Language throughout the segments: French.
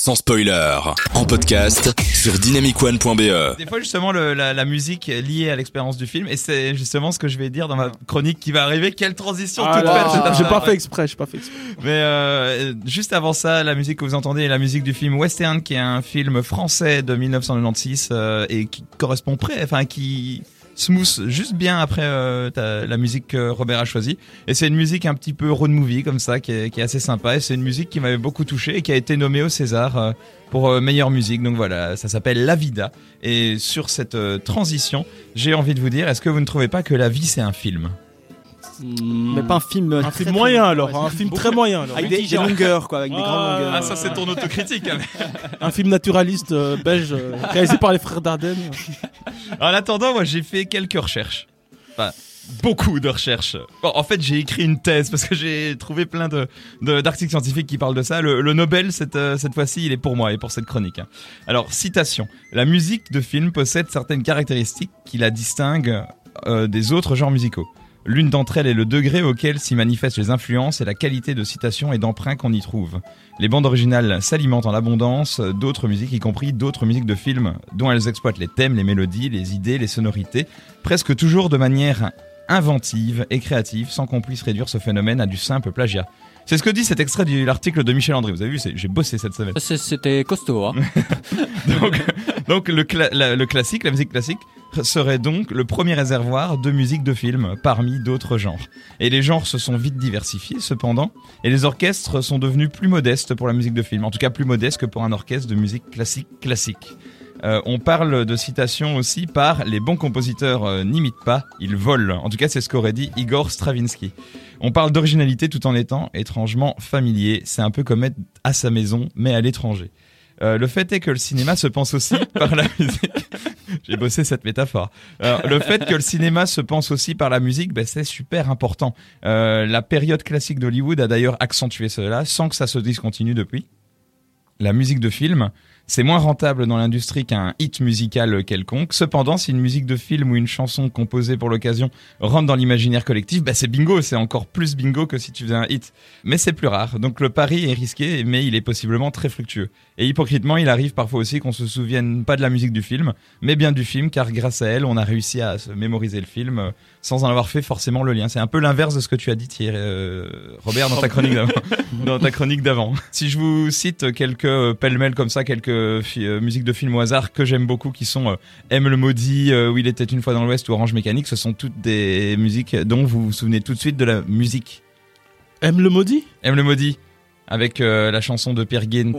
sans spoiler, en podcast sur dynamicone.be. Des fois justement la musique est liée à l'expérience du film et c'est justement ce que je vais dire dans ma chronique qui va arriver. Quelle transition toute faite. J'ai pas fait exprès. Mais juste avant ça, la musique que vous entendez est la musique du film Western, qui est un film français de 1996 et qui correspond qui smooth juste bien après la musique que Robert a choisie. Et c'est une musique un petit peu road movie comme ça qui est assez sympa, et c'est une musique qui m'avait beaucoup touché et qui a été nommée au César pour meilleure musique. Donc voilà, ça s'appelle La Vida. Et sur cette transition, j'ai envie de vous dire, est-ce que vous ne trouvez pas que la vie c'est un film ? Mais pas un film. Un film moyen alors, un film très moyen alors. Avec des longueurs quoi, avec des grandes longueurs. Ah ça c'est ton autocritique. Un film naturaliste belge réalisé par les frères Dardenne. En attendant, moi j'ai fait quelques recherches. Enfin, beaucoup de recherches. Bon, en fait, j'ai écrit une thèse parce que j'ai trouvé plein d'articles scientifiques qui parlent de ça. Le Nobel, cette fois-ci, il est pour moi et pour cette chronique. Alors, citation. La musique de film possède certaines caractéristiques qui la distinguent des autres genres musicaux. L'une d'entre elles est le degré auquel s'y manifestent les influences et la qualité de citation et d'emprunt qu'on y trouve. Les bandes originales s'alimentent en abondance d'autres musiques, y compris d'autres musiques de films, dont elles exploitent les thèmes, les mélodies, les idées, les sonorités, presque toujours de manière inventive et créative, sans qu'on puisse réduire ce phénomène à du simple plagiat. C'est ce que dit cet extrait de l'article de Michel André. Vous avez vu, j'ai bossé cette semaine. C'était costaud, hein. donc le classique, la musique classique, serait donc le premier réservoir de musique de film parmi d'autres genres. Et les genres se sont vite diversifiés cependant, et les orchestres sont devenus plus modestes pour la musique de film, en tout cas plus modestes que pour un orchestre de musique classique. On parle de citation aussi par les bons compositeurs n'imitent pas, ils volent. En tout cas, c'est ce qu'aurait dit Igor Stravinsky. On parle d'originalité tout en étant étrangement familier. C'est un peu comme être à sa maison, mais à l'étranger. Le fait est que le cinéma se pense aussi par la musique. J'ai bossé cette métaphore. Le fait que le cinéma se pense aussi par la musique, c'est super important. La période classique d'Hollywood a d'ailleurs accentué cela, sans que ça se discontinue depuis. La musique de film, c'est moins rentable dans l'industrie qu'un hit musical quelconque. Cependant, si une musique de film ou une chanson composée pour l'occasion rentre dans l'imaginaire collectif, c'est bingo, c'est encore plus bingo que si tu faisais un hit. Mais c'est plus rare, donc le pari est risqué, mais il est possiblement très fructueux. Et hypocritement, il arrive parfois aussi qu'on se souvienne pas de la musique du film, mais bien du film, car grâce à elle, on a réussi à se mémoriser le film sans en avoir fait forcément le lien. C'est un peu l'inverse de ce que tu as dit, Thierry, Robert, dans ta chronique d'avant. Si je vous cite quelques pêle-mêle comme ça, quelques musiques de films au hasard que j'aime beaucoup, qui sont M le maudit, Où il était une fois dans l'Ouest ou Orange Mécanique, ce sont toutes des musiques dont vous vous souvenez tout de suite de la musique. M le maudit, avec la chanson de Peer Gynt,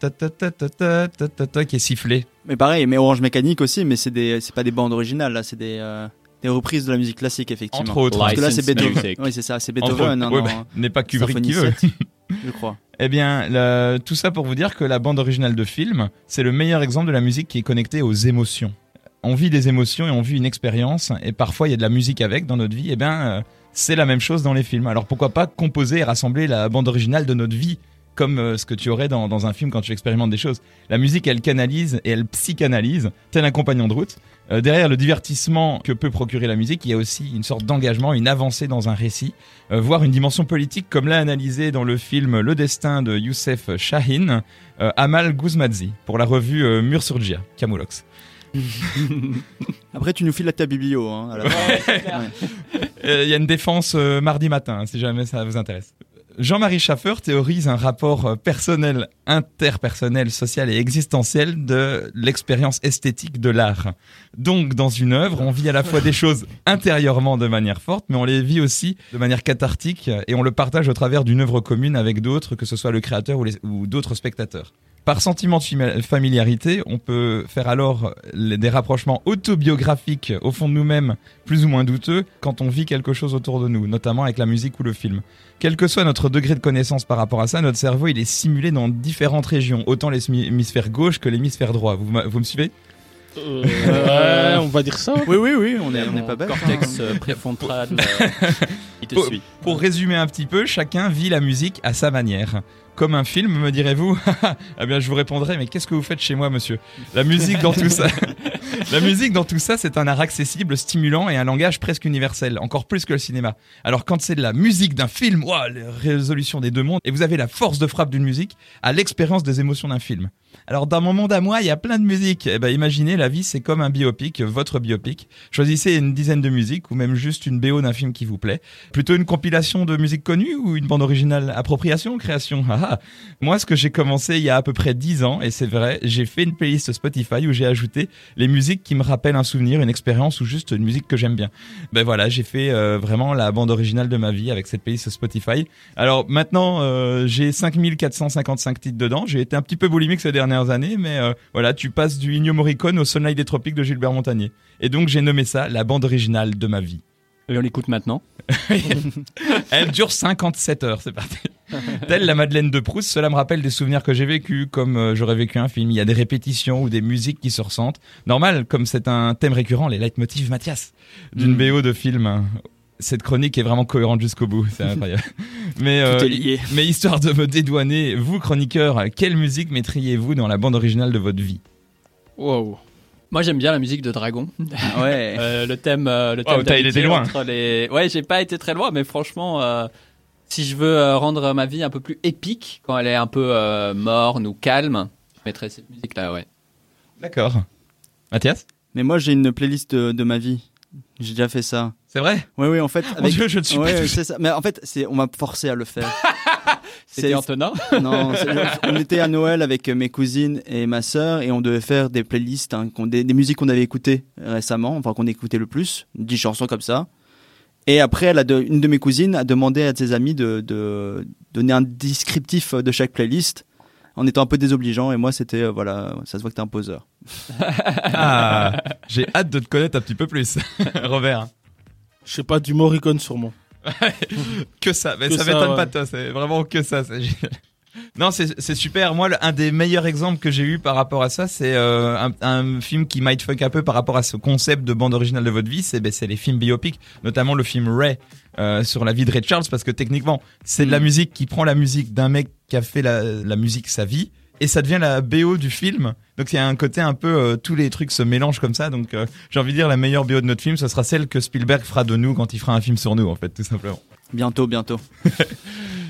qui est sifflée. Mais pareil, mais Orange Mécanique aussi, mais c'est pas des bandes originales là, c'est des reprises de la musique classique effectivement. Entre autres. Parce que là c'est Beethoven. Oui, c'est ça, c'est Beethoven. N'est pas Kubrick qui veut. Je crois. Eh bien, tout ça pour vous dire que la bande originale de film, c'est le meilleur exemple de la musique qui est connectée aux émotions. On vit des émotions et on vit une expérience, et parfois il y a de la musique avec dans notre vie. Eh bien, c'est la même chose dans les films. Alors pourquoi pas composer et rassembler la bande originale de notre vie, comme ce que tu aurais dans un film quand tu expérimentes des choses. La musique, elle canalise et elle psychanalyse, tel un compagnon de route. Derrière le divertissement que peut procurer la musique, il y a aussi une sorte d'engagement, une avancée dans un récit, voire une dimension politique, comme l'a analysé dans le film Le Destin de Youssef Chahine, Amal Guzmadzi, pour la revue Mursurgia, Camoulox. Après, tu nous files ta biblio. Hein, y a une défense mardi matin, si jamais ça vous intéresse. Jean-Marie Schaffer théorise un rapport personnel, interpersonnel, social et existentiel de l'expérience esthétique de l'art. Donc, dans une œuvre, on vit à la fois des choses intérieurement de manière forte, mais on les vit aussi de manière cathartique et on le partage au travers d'une œuvre commune avec d'autres, que ce soit le créateur ou d'autres spectateurs. Par sentiment de familiarité, on peut faire alors des rapprochements autobiographiques au fond de nous-mêmes, plus ou moins douteux, quand on vit quelque chose autour de nous, notamment avec la musique ou le film. Quel que soit notre degré de connaissance par rapport à ça, notre cerveau il est simulé dans différentes régions, autant l'hémisphère gauche que l'hémisphère droit. Vous me suivez ? On va dire ça. Oui, on est pas bête. Cortex préfrontal. Il te suit. Pour résumer un petit peu, chacun vit la musique à sa manière. comme un film, me direz-vous? Eh bien, je vous répondrai, mais qu'est-ce que vous faites chez moi, monsieur? La musique dans tout ça. La musique dans tout ça, c'est un art accessible, stimulant et un langage presque universel, encore plus que le cinéma. Alors quand c'est de la musique d'un film, ouah, la résolution des deux mondes, et vous avez la force de frappe d'une musique à l'expérience des émotions d'un film. Alors dans mon monde à moi, il y a plein de musiques. Eh ben, imaginez, la vie c'est comme un biopic, votre biopic. Choisissez une dizaine de musiques ou même juste une BO d'un film qui vous plaît. Plutôt une compilation de musiques connues ou une bande originale? Appropriation ou création? Moi, ce que j'ai commencé il y a à peu près 10 ans, et c'est vrai, j'ai fait une playlist Spotify où j'ai ajouté les musiques qui me rappellent un souvenir, une expérience ou juste une musique que j'aime bien. Ben voilà, j'ai fait vraiment la bande originale de ma vie avec cette playlist Spotify. Alors maintenant, j'ai 5455 titres dedans. J'ai été un petit peu boulimique ces dernières années, mais voilà, tu passes du Ennio Morricone au Sunlight des Tropiques de Gilbert Montagnier. Et donc j'ai nommé ça la bande originale de ma vie. Et on l'écoute maintenant. Elle dure 57 heures, c'est parti. Telle la Madeleine de Proust, cela me rappelle des souvenirs que j'ai vécus, comme j'aurais vécu un film. Il y a des répétitions ou des musiques qui se ressentent. Normal, comme c'est un thème récurrent, les leitmotifs Mathias, d'une BO de film. Cette chronique est vraiment cohérente jusqu'au bout, c'est incroyable. Tout est lié. Mais histoire de me dédouaner, vous chroniqueurs, quelle musique mettriez-vous dans la bande originale de votre vie? Wow. Moi, j'aime bien la musique de Dragon. Ouais. Le thème. T'as été loin. Ouais, j'ai pas été très loin, mais franchement, si je veux rendre ma vie un peu plus épique, quand elle est un peu morne ou calme, je mettrais cette musique-là, ouais. D'accord. Mathias? Mais moi, j'ai une playlist de ma vie. J'ai déjà fait ça. C'est vrai? Oui, en fait. Mon Dieu, je ne suis pas tout c'est ça. Mais en fait, on m'a forcé à le faire. C'était Antonin? Non, on était à Noël avec mes cousines et ma sœur et on devait faire des playlists, des musiques qu'on avait écoutées récemment, enfin qu'on écoutait le plus, 10 chansons comme ça. Et après, une de mes cousines a demandé à ses amis de donner un descriptif de chaque playlist en étant un peu désobligeant. Et moi, c'était, voilà, ça se voit que t'es un poseur. J'ai hâte de te connaître un petit peu plus, Robert. Je sais pas, du Morricone sûrement. Que ça, mais que ça ça, m'étonne ouais. pas de toi, c'est vraiment que ça, c'est génial. Non, c'est super. Moi, un des meilleurs exemples que j'ai eu par rapport à ça, c'est un film qui mindfuck un peu par rapport à ce concept de bande originale de votre vie. C'est les films biopics, notamment le film Ray sur la vie de Ray Charles, parce que techniquement, c'est de la musique qui prend la musique d'un mec qui a fait la musique sa vie. Et ça devient la BO du film. Donc il y a un côté un peu tous les trucs se mélangent comme ça. Donc j'ai envie de dire la meilleure BO de notre film, ce sera celle que Spielberg fera de nous quand il fera un film sur nous, en fait, tout simplement. Bientôt.